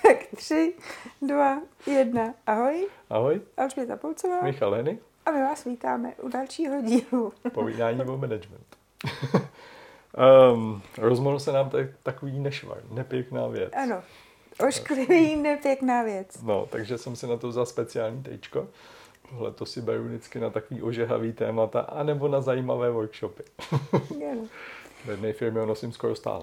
Tak 3, 2, 1. Ahoj. Ahoj. Alžběta Polcová. Michal Heny. A my vás vítáme u dalšího dílu. Povídání o management. Rozmohl se nám takový nešvar, nepěkná věc. Ano, ošklivý, nepěkná věc. No, takže jsem si na to vzal speciální tejčko. Tohle to si beru vždycky na takový ožehavý témata, anebo na zajímavé workshopy. V jedné firmě ho nosím skoro stále.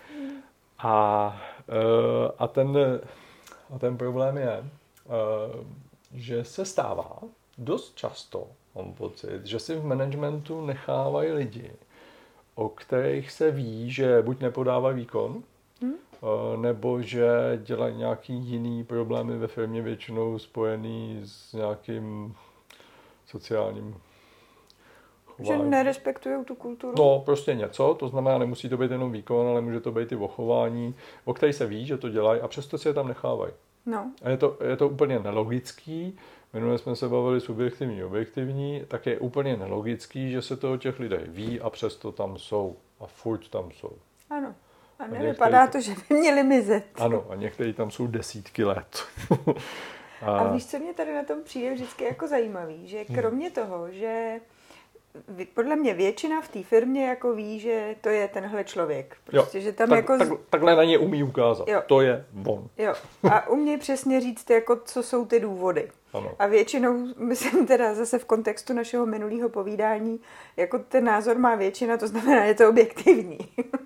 A ten problém je, že se stává dost často, mám pocit, že si v managementu nechávají lidi, o kterých se ví, že buď nepodávají výkon, nebo že dělají nějaký jiný problémy ve firmě, většinou spojený s nějakým sociálním chováním. Že nerespektují tu kulturu? No, prostě něco, to znamená, nemusí to být jenom výkon, ale může to být i chování, o kterých se ví, že to dělají a přesto si je tam nechávají. No. A je to úplně nelogický. Minule jsme se bavili subjektivní, objektivní, tak je úplně nelogický, že se to o těch lidech ví a přesto tam jsou. A furt tam jsou. Ano. A nevypadá to, že by měli mizet. Ano, a někteří tam jsou desítky let. A víš, co mě tady na tom přijde vždycky jako zajímavý, že kromě toho, že podle mě většina v té firmě jako ví, že to je tenhle člověk. Prostě, že tam takhle na ně umí ukázat. Jo. To je on. Jo. A umějí přesně říct, jako, co jsou ty důvody. Ano. A většinou, myslím teda zase v kontextu našeho minulého povídání, jako ten názor má většina, to znamená, je to objektivní.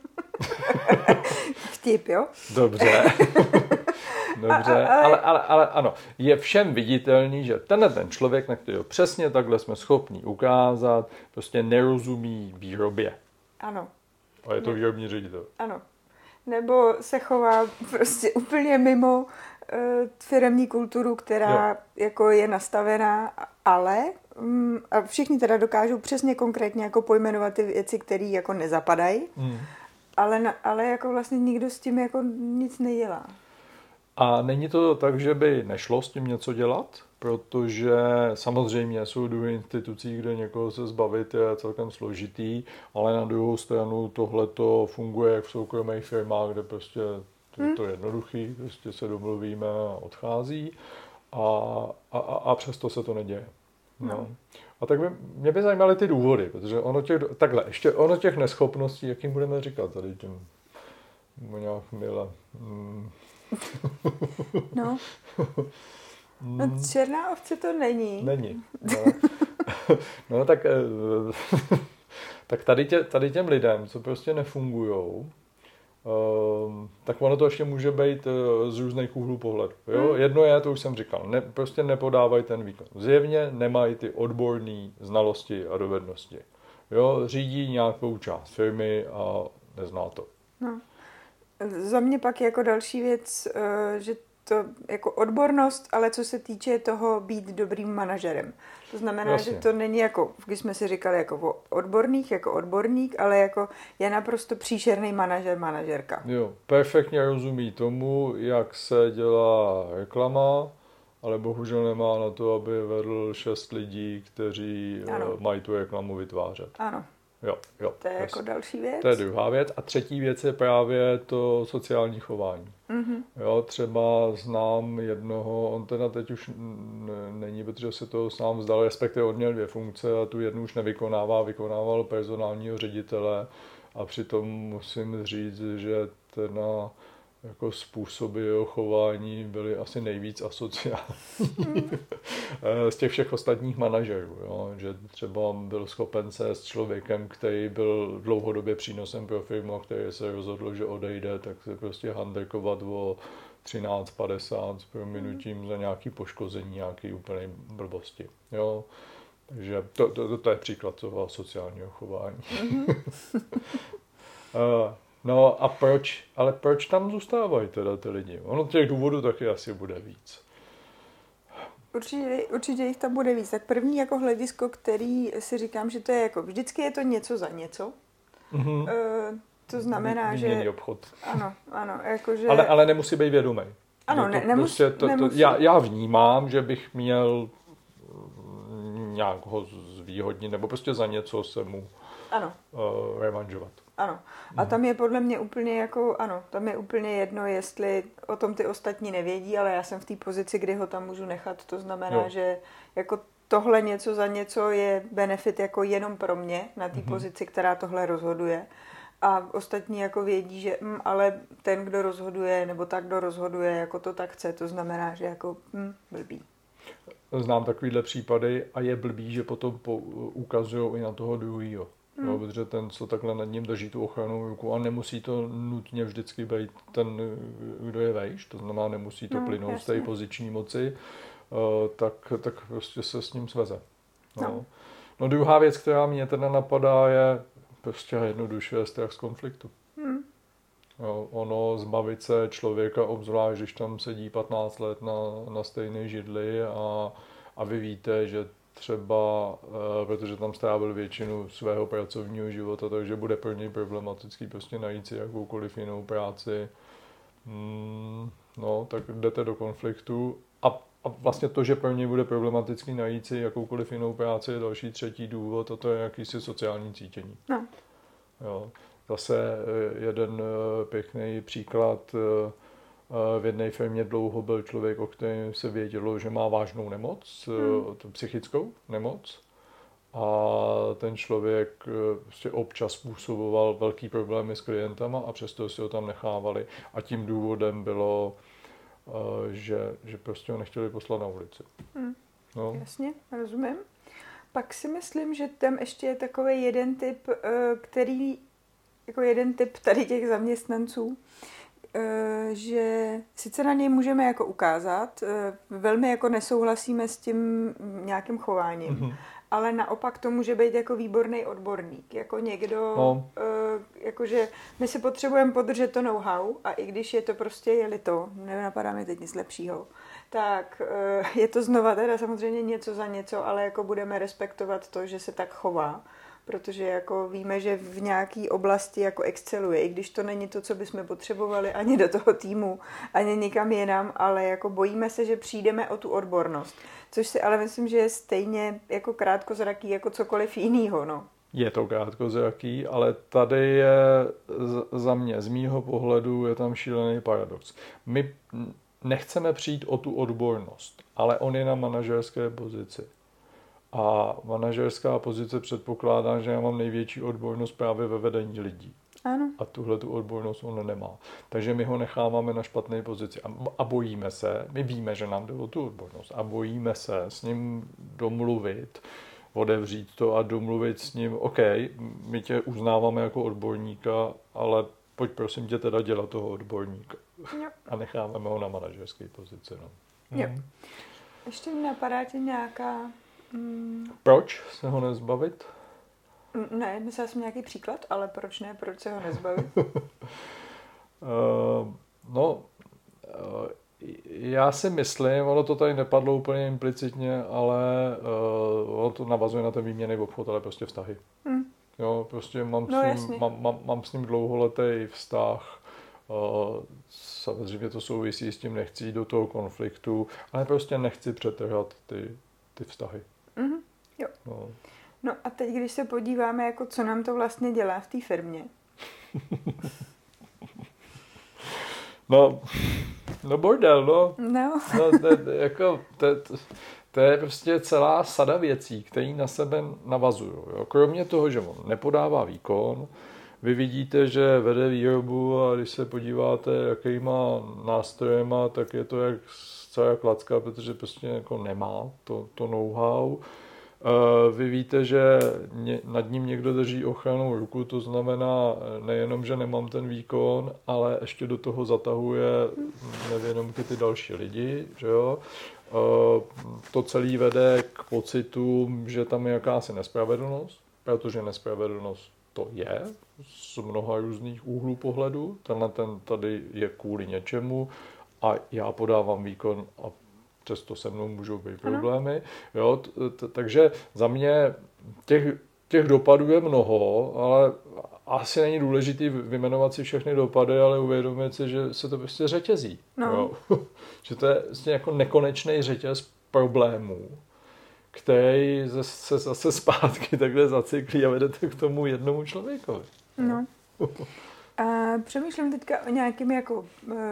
Vtip, jo? Dobře. Dobře, ale ano, je všem viditelný, že ten člověk, na kterého přesně takhle jsme schopni ukázat, prostě nerozumí výrobě. Ano. A je to výrobní ředitel. Ano. Nebo se chová prostě úplně mimo firemní kulturu, která jako je nastavená, ale a všichni teda dokážou přesně konkrétně jako pojmenovat ty věci, které jako nezapadají, ale jako vlastně nikdo s tím jako nic nedělá. A není to tak, že by nešlo s tím něco dělat? Protože samozřejmě jsou druhy institucí, kde někoho se zbavit je celkem složitý, ale na druhou stranu tohleto funguje jak v soukromých firmách, kde prostě to je jednoduchý, prostě se domluvíme a odchází a přesto se to neděje. No. A tak mě by zajímaly ty důvody, protože ono těch neschopností, jak jim budeme říkat tady těm nějak milé. No, černá ovce to není. Není. No tak tady těm lidem, co prostě nefungujou, tak ono to ještě může být z různých úhlů pohledu. Jo? Jedno je, to už jsem říkal, prostě nepodávají ten výkon. Zjevně nemají ty odborné znalosti a dovednosti. Jo? Řídí nějakou část firmy a nezná to. No. Za mě pak jako další věc, že to jako odbornost, ale co se týče toho být dobrým manažerem. To znamená, že to není jako, když jsme si říkali jako o odborných, jako odborník, ale jako je naprosto příšerný manažerka. Jo, perfektně rozumí tomu, jak se dělá reklama, ale bohužel nemá na to, aby vedl 6 lidí, kteří mají tu reklamu vytvářet. Ano. Jo. To je jako další věc. To je druhá věc. A třetí věc je právě to sociální chování. Mm-hmm. Jo, třeba znám jednoho, on teda teď už není, protože se to sám vzdal, respektive on měl 2 funkce a tu jednu už vykonával personálního ředitele a přitom musím říct, že ten jako způsoby jeho chování byly asi nejvíc asociální z těch všech ostatních manažerů. Jo? Že třeba byl schopen se s člověkem, který byl dlouhodobě přínosem pro firmu, který se rozhodl, že odejde, tak se prostě handrkovat o 13,50 s prominutím za nějaké poškození, nějaké úplné blbosti. Jo? Takže to je příklad toho sociálního chování. No a proč tam zůstávají teda ty lidi? Ono těch důvodů taky asi bude víc. Určitě jich tam bude víc. Tak první jako hledisko, který si říkám, že to je jako vždycky je to něco za něco. Mm-hmm. To znamená, že obchod. Ano, jakože ale nemusí být vědomý. Ano, nemusí. Já vnímám, že bych měl nějak ho zvýhodnit, nebo prostě za něco se mu revanžovat. ano. A tam je podle mě úplně jako, ano, tam je úplně jedno, jestli o tom ty ostatní nevědí, ale já jsem v té pozici, kdy ho tam můžu nechat. To znamená, že jako tohle něco za něco je benefit jako jenom pro mě na té pozici, která tohle rozhoduje. A ostatní jako vědí, že ale ten, kdo rozhoduje, nebo tak, kdo rozhoduje, jako to tak chce, to znamená, že jako blbý. Znám takovýhle případy a je blbý, že potom ukazují i na toho druhýho. No, protože ten, co takhle nad ním drží tu ochranou ruku, a nemusí to nutně vždycky být ten, kdo je vejš, to znamená, nemusí to plynout z té poziční moci, tak prostě se s ním sveze. No, druhá věc, která mě teda napadá, je prostě jednoduše strach z konfliktu. Jo, ono zbavit se člověka, obzvlášť, když tam sedí 15 let na stejné židli a vy víte, že třeba, protože tam strávil většinu svého pracovního života, takže bude pro něj problematický prostě najít si jakoukoliv jinou práci. No, tak jdete do konfliktu a vlastně to, že pro něj bude problematický najít si jakoukoliv jinou práci, je další třetí důvod a to je jakýsi sociální cítění. No. Jo. Zase jeden pěkný příklad. V jedné firmě dlouho byl člověk, o kterém se vědělo, že má vážnou nemoc, psychickou nemoc. A ten člověk prostě občas způsoboval velký problémy s klientama a přesto si ho tam nechávali. A tím důvodem bylo, že prostě ho nechtěli poslat na ulici. No. Jasně, rozumím. Pak si myslím, že tam ještě je takový jeden typ, který jako jeden typ tady těch zaměstnanců, že sice na něj můžeme jako ukázat, velmi jako nesouhlasíme s tím nějakým chováním, ale naopak to může být jako výborný odborník, jako někdo, jakože my si potřebujeme podržet to know-how a i když je to prostě, je-li to, nenapadá mi teď nic lepšího, tak je to znova teda samozřejmě něco za něco, ale jako budeme respektovat to, že se tak chová. Protože jako víme, že v nějaké oblasti jako exceluje, i když to není to, co bychom potřebovali ani do toho týmu, ani nikam jinam, ale jako bojíme se, že přijdeme o tu odbornost. Což si ale myslím, že je stejně jako krátkozraký jako cokoliv jinýho, no. Je to krátkozraký, ale tady je za mě, z mýho pohledu, je tam šílený paradox. My nechceme přijít o tu odbornost, ale on je na manažerské pozici. A manažerská pozice předpokládá, že já mám největší odbornost právě ve vedení lidí. Ano. A tuhle tu odbornost on nemá. Takže my ho necháváme na špatné pozici. A bojíme se, my víme, že nám jde o tu odbornost, a bojíme se s ním domluvit, otevřít to a domluvit s ním, OK, my tě uznáváme jako odborníka, ale pojď prosím tě teda dělat toho odborníka. Jo. A necháváme ho na manažerské pozici. No. Jo. Ještě mi napadá tě nějaká... Proč se ho nezbavit? Ne, myslela jsem nějaký příklad, ale proč ne, proč se ho nezbavit? Já si myslím, ono to tady nepadlo úplně implicitně, ale ono to navazuje na ten výměnný obchod, ale prostě vztahy. Jo, prostě mám s ním dlouholetý vztah, samozřejmě to souvisí s tím, nechci jít do toho konfliktu, ale prostě nechci přetrhat ty vztahy. Jo. No a teď, když se podíváme, jako co nám to vlastně dělá v té firmě. No bordel, no. No. To je prostě celá sada věcí, které na sebe navazují. Kromě toho, že on nepodává výkon, vy vidíte, že vede výrobu a když se podíváte, jakýma nástrojema, tak je to jak celá klacka, protože prostě jako nemá to know-how. Vy víte, že nad ním někdo drží ochranou ruku, to znamená nejenom, že nemám ten výkon, ale ještě do toho zatahuje nevědomky ty další lidi, že jo. To celé vede k pocitu, že tam je jakási nespravedlnost, protože nespravedlnost to je z mnoha různých úhlů pohledu. Ten tady je kvůli něčemu a já podávám výkon a přesto se mnou můžou být problémy. Jo, takže za mě těch dopadů je mnoho, ale asi není důležitý vyjmenovat si všechny dopady, ale uvědomit si, že se to prostě řetězí. No. Jo. Že to je vlastně jako nekonečný řetěz problémů, který se zase zpátky takhle zacyklí a vedete k tomu jednomu člověkovi. No. A přemýšlím teďka o nějakém jako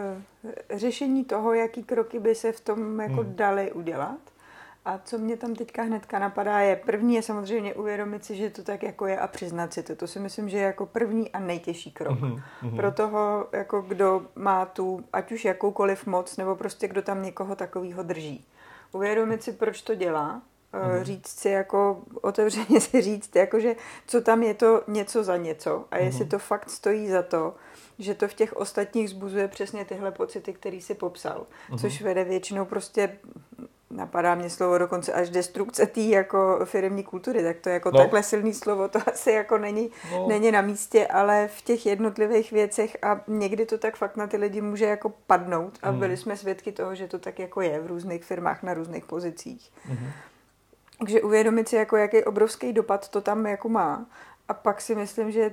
řešení toho, jaký kroky by se v tom jako daly udělat. A co mě tam teďka hnedka napadá je, první je samozřejmě uvědomit si, že to tak jako je a přiznat si to. To si myslím, že je jako první a nejtěžší krok. Pro toho, jako kdo má tu, ať už jakoukoliv moc, nebo prostě kdo tam někoho takového drží. Uvědomit si, proč to dělá, říct si jako, otevřeně si říct, jako že co tam je to něco za něco a jestli to fakt stojí za to, že to v těch ostatních vzbuzuje přesně tyhle pocity, který si popsal, což vede většinou prostě, napadá mě slovo dokonce až destrukce té jako firemní kultury, tak to jako takhle silný slovo, to asi jako není na místě, ale v těch jednotlivých věcech a někdy to tak fakt na ty lidi může jako padnout a byli jsme svědky toho, že to tak jako je v různých firmách na různých pozicích. Takže uvědomit si, jako jaký obrovský dopad to tam jako má. A pak si myslím, že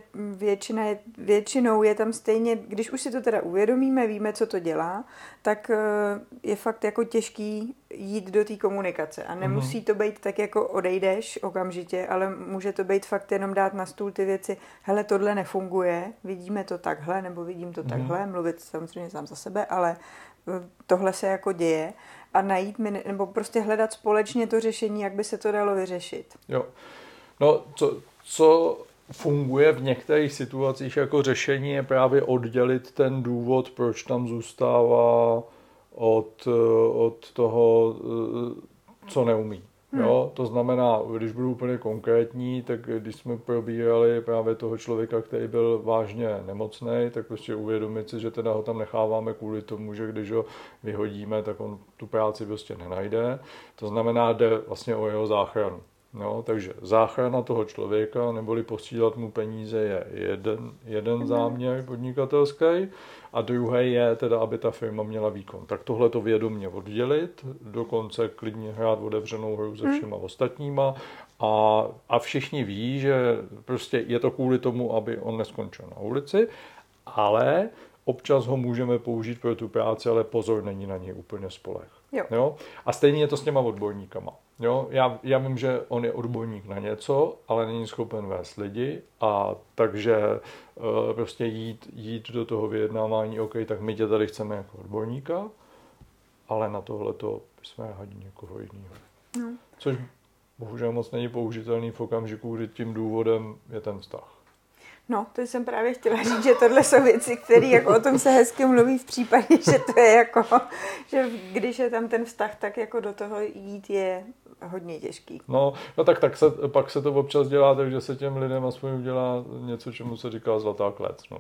většinou je tam stejně, když už si to teda uvědomíme, víme, co to dělá, tak je fakt jako těžký jít do té komunikace. A nemusí to být tak, jako odejdeš okamžitě, ale může to být fakt jenom dát na stůl ty věci, hele, tohle nefunguje, vidíme to takhle, nebo vidím to takhle, mluvit samozřejmě sám za sebe, ale tohle se jako děje a najít, nebo prostě hledat společně to řešení, jak by se to dalo vyřešit. Jo. No, co funguje v některých situacích jako řešení, je právě oddělit ten důvod, proč tam zůstává od toho, co neumí. Jo? To znamená, když budu úplně konkrétní, tak když jsme probírali právě toho člověka, který byl vážně nemocný, tak prostě uvědomit si, že teda ho tam necháváme kvůli tomu, že když ho vyhodíme, tak on tu práci prostě nenajde. To znamená, jde vlastně o jeho záchranu. No, takže záchrana toho člověka, neboli posílat mu peníze, je jeden záměr podnikatelský a druhý je teda, aby ta firma měla výkon. Tak tohle to vědomě oddělit, dokonce klidně hrát otevřenou hru se všema ostatníma a všichni ví, že prostě je to kvůli tomu, aby on neskončil na ulici, ale občas ho můžeme použít pro tu práci, ale pozor, není na něj úplně spoleh. Jo? A stejně je to s těma odborníkama. Jo? Já vím, že on je odborník na něco, ale není schopen vést lidi a takže prostě jít do toho vyjednávání, OK, tak my tě tady chceme jako odborníka, ale na tohleto bychom rádi někoho jiného. Což bohužel moc není použitelný v okamžiku, kdy tím důvodem je ten vztah. No, to jsem právě chtěla říct, že tohle jsou věci, které jako o tom se hezky mluví v případě, že to je jako, že když je tam ten vztah, tak jako do toho jít je hodně těžký. No tak pak se to občas dělá, takže se těm lidem aspoň udělá něco, čemu se říká zlatá klec. No.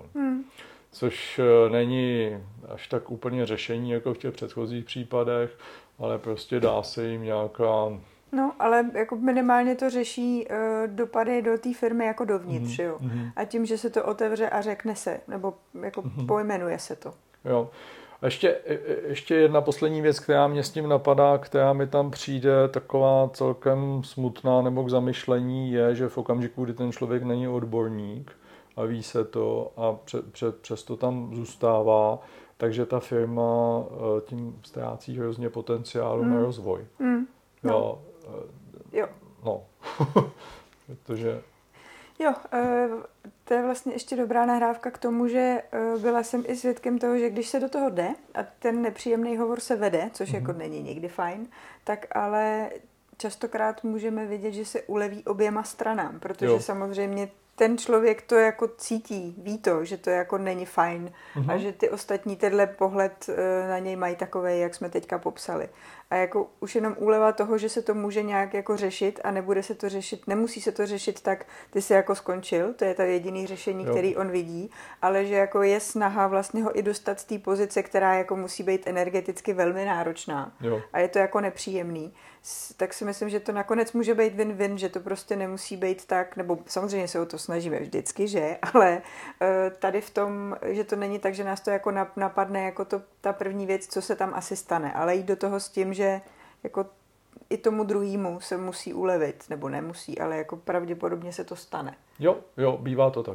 Což není až tak úplně řešení, jako v těch předchozích případech, ale prostě dá se jim nějaká... No, ale jako minimálně to řeší dopady do té firmy jako dovnitř, jo. A tím, že se to otevře a řekne se, nebo jako pojmenuje se to. Jo. A ještě jedna poslední věc, která mě s tím napadá, která mi tam přijde taková celkem smutná nebo k zamyšlení, je, že v okamžiku, kdy ten člověk není odborník a ví se to a přesto tam zůstává, takže ta firma tím ztrácí hrozně potenciálu na rozvoj. No. Jo. No. Protože... Jo, to je vlastně ještě dobrá nahrávka k tomu, že byla jsem i svědkem toho, že když se do toho jde a ten nepříjemný hovor se vede, což jako není nikdy fajn, tak ale častokrát můžeme vidět, že se uleví oběma stranám, protože samozřejmě ten člověk to jako cítí, ví to, že to jako není fajn a že ty ostatní tenhle pohled na něj mají takovej, jak jsme teďka popsali. A jako už jenom úleva toho, že se to může nějak jako řešit a nebude se to řešit, nemusí se to řešit tak, ty jsi jako skončil, to je to jediný řešení, který on vidí, ale že jako je snaha vlastně ho i dostat z té pozice, která jako musí být energeticky velmi náročná. A je to jako nepříjemný. Tak si myslím, že to nakonec může být win-win, že to prostě nemusí být tak, nebo samozřejmě se o to snažíme vždycky, že? Ale tady v tom, že to není tak, že nás to jako napadne jako ta první věc, co se tam asi stane, ale jít do toho s tím, že jako i tomu druhému se musí ulevit, nebo nemusí, ale jako pravděpodobně se to stane. Jo, bývá to tak.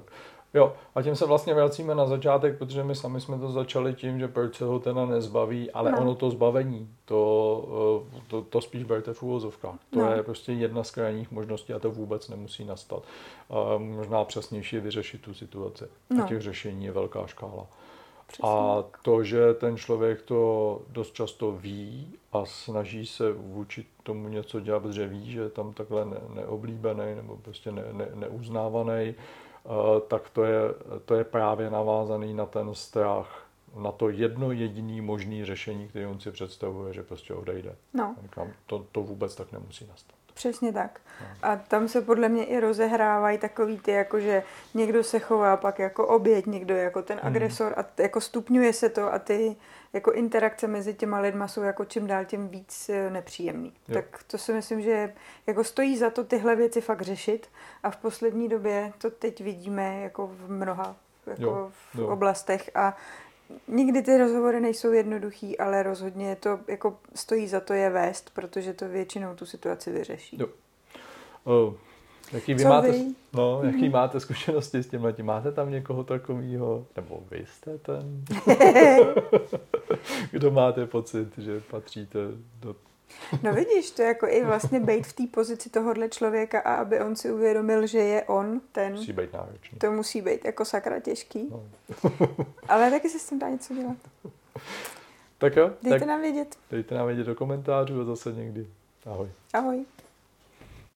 Jo, a tím se vlastně vracíme na začátek, protože my sami jsme to začali tím, že proč se ho teda nezbaví, ale ono to zbavení, to spíš berte v uvozovkách. To je prostě jedna z krajních možností a to vůbec nemusí nastat. Možná přesnější je vyřešit tu situaci. A těch řešení je velká škála. Přesně. A to, že ten člověk to dost často ví a snaží se vůči tomu něco dělat, protože ví, že je tam takhle neoblíbený nebo prostě neuznávaný, tak to je právě navázaný na ten strach, na to jedno jediné možné řešení, které on si představuje, že prostě odejde. No. To vůbec tak nemusí nastat. Přesně tak. A tam se podle mě i rozehrávají takový ty, jako že někdo se chová pak jako oběť, někdo jako ten agresor a jako stupňuje se to a ty jako interakce mezi těma lidma jsou jako čím dál tím víc nepříjemný. Jo. Tak to si myslím, že jako stojí za to tyhle věci fakt řešit a v poslední době to teď vidíme jako v mnoha jako v oblastech a nikdy ty rozhovory nejsou jednoduchý, ale rozhodně to jako stojí za to je vést, protože to většinou tu situaci vyřeší. Jo. Jaký máte zkušenosti s tímhletím? Máte tam někoho takového? Nebo vy jste ten? Kdo máte pocit, že patříte do... No vidíš, to je jako i vlastně bejt v té pozici tohohle člověka a aby on si uvědomil, že je on ten. Musí být náročný. To musí být jako sakra těžký. No. Ale taky se s tím dá něco dělat. Tak jo. Dejte nám vědět. Dejte nám vědět do komentářů a zase někdy. Ahoj. Ahoj.